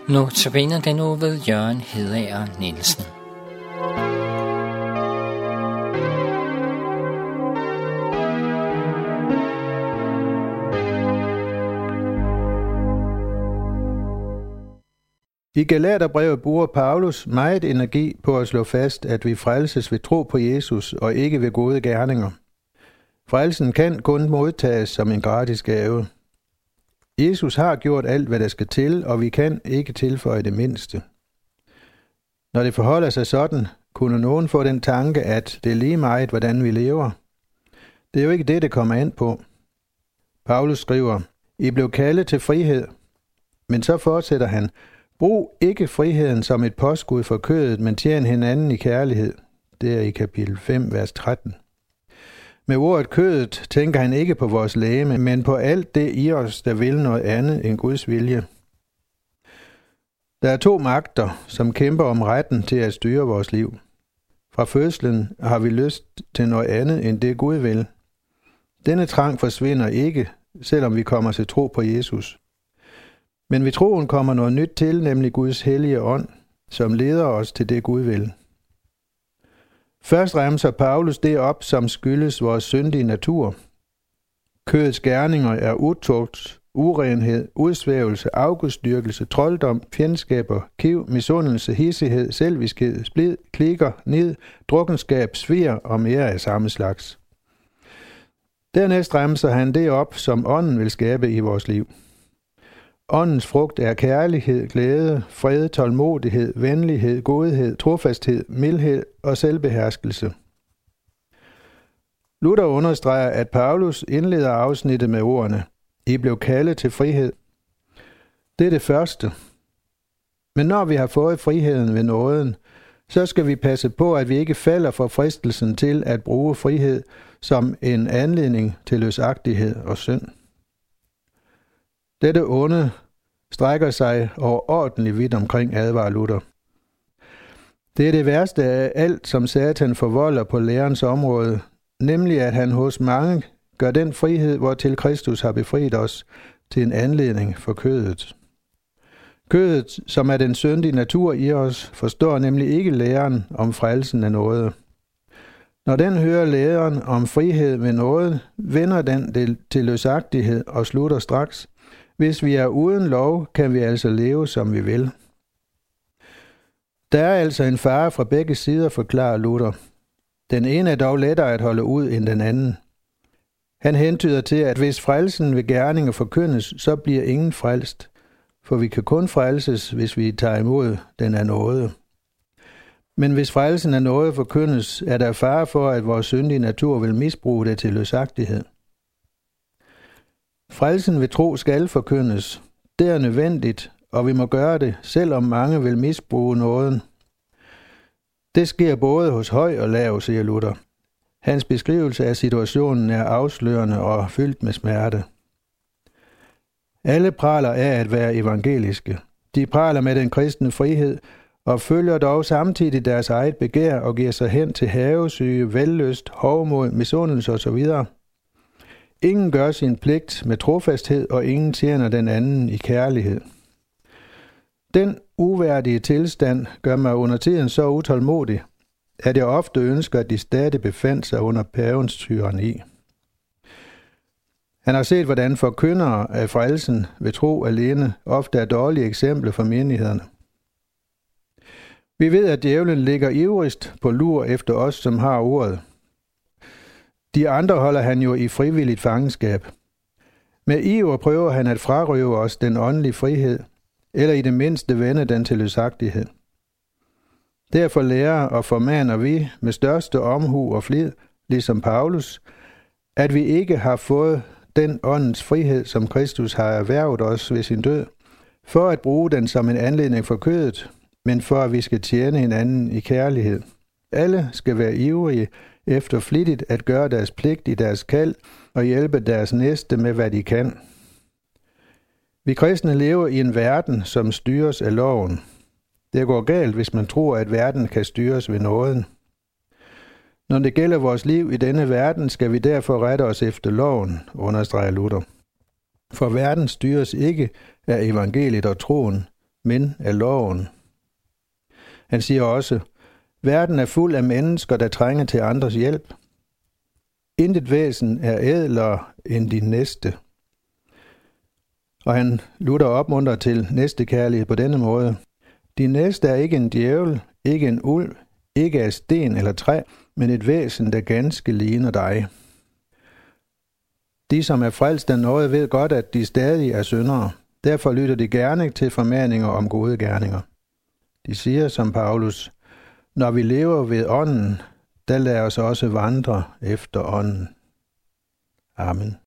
Notabene den nu ved Jørgen Hedager Nielsen. I Galaterbrevet bruger Paulus meget energi på at slå fast, at vi frelses ved tro på Jesus og ikke ved gode gerninger. Frelsen kan kun modtages som en gratis gave. Jesus har gjort alt, hvad der skal til, og vi kan ikke tilføje det mindste. Når det forholder sig sådan, kunne nogen få den tanke, at det er lige meget, hvordan vi lever. Det er jo ikke det kommer an på. Paulus skriver, I blev kaldet til frihed. Men så fortsætter han, brug ikke friheden som et påskud for kødet, men tjen hinanden i kærlighed. Det er i kapitel 5, vers 13. Med ordet kødet tænker han ikke på vores legeme, men på alt det i os, der vil noget andet end Guds vilje. Der er to magter, som kæmper om retten til at styre vores liv. Fra fødslen har vi lyst til noget andet end det Gud vil. Denne trang forsvinder ikke, selvom vi kommer til tro på Jesus. Men ved troen kommer noget nyt til, nemlig Guds hellige ånd, som leder os til det Gud vil. Først remser Paulus det op, som skyldes vores syndige natur. Kødets gerninger er utugt, urenhed, udsvævelse, afgudstyrkelse, trolddom, fjendskaber, kiv, misundelse, hissighed, selviskhed, splid, klikker, nid, drukkenskab, svir og mere af samme slags. Dernæst remser han det op, som ånden vil skabe i vores liv. Åndens frugt er kærlighed, glæde, fred, tålmodighed, venlighed, godhed, trofasthed, mildhed og selvbeherskelse. Luther understreger, at Paulus indleder afsnittet med ordene, I blev kaldet til frihed. Det er det første. Men når vi har fået friheden ved nåden, så skal vi passe på, at vi ikke falder for fristelsen til at bruge frihed som en anledning til løsagtighed og synd. Dette onde strækker sig overordentligt vidt omkring, advarer Luther. Det er det værste af alt, som Satan forvolder på lærens område, nemlig at han hos mange gør den frihed, hvortil Kristus har befriet os, til en anledning for kødet. Kødet, som er den syndige natur i os, forstår nemlig ikke læren om frelsen af noget. Når den hører læren om frihed ved noget, vender den det til løsagtighed og slutter straks. Hvis vi er uden lov, kan vi altså leve, som vi vil. Der er altså en fare fra begge sider, forklarer Luther. Den ene er dog lettere at holde ud end den anden. Han hentyder til, at hvis frelsen ved gerninger forkyndes, så bliver ingen frelst, for vi kan kun frelses, hvis vi tager imod den af nåde. Men hvis frelsen af nåde forkyndes, er der fare for, at vores syndige natur vil misbruge det til løsagtighed. Frelsen ved tro skal forkyndes. Det er nødvendigt, og vi må gøre det, selvom mange vil misbruge nåden. Det sker både hos høj og lav, siger Luther. Hans beskrivelse af situationen er afslørende og fyldt med smerte. Alle praler af at være evangeliske. De praler med den kristne frihed, og følger dog samtidig deres eget begær og giver sig hen til havesyge, vellyst, hovmod, misundelse osv. Ingen gør sin pligt med trofasthed, og ingen tjener den anden i kærlighed. Den uværdige tilstand gør mig under tiden så utålmodig, at jeg ofte ønsker, at de stadig befandt sig under pavens tyranni. Han har set, hvordan forkyndere af frelsen ved tro alene ofte er dårlige eksempler for menighederne. Vi ved, at djævlen ligger ivrigst på lur efter os, som har ordet. De andre holder han jo i frivilligt fangenskab. Med iver prøver han at frarøve os den åndelige frihed, eller i det mindste vende den til løsagtighed. Derfor lærer og formaner vi med største omhu og flid, ligesom Paulus, at vi ikke har fået den åndens frihed, som Kristus har erhvervet os ved sin død, for at bruge den som en anledning for kødet, men for at vi skal tjene hinanden i kærlighed. Alle skal være ivrige efter flittigt at gøre deres pligt i deres kald og hjælpe deres næste med, hvad de kan. Vi kristne lever i en verden, som styres af loven. Det går galt, hvis man tror, at verden kan styres ved nåden. Når det gælder vores liv i denne verden, skal vi derfor rette os efter loven, understreger Luther. For verden styres ikke af evangeliet og troen, men af loven. Han siger også, verden er fuld af mennesker, der trænger til andres hjælp. Intet væsen er ædlere end din næste. Og han lutter opmuntrer til næstekærlighed på denne måde. Din næste er ikke en djævel, ikke en ulv, ikke af sten eller træ, men et væsen, der ganske ligner dig. De, som er frelst af noget, ved godt, at de stadig er syndere. Derfor lytter de gerne til formaninger om gode gerninger. De siger som Paulus, når vi lever ved ånden, der lader os også vandre efter ånden. Amen.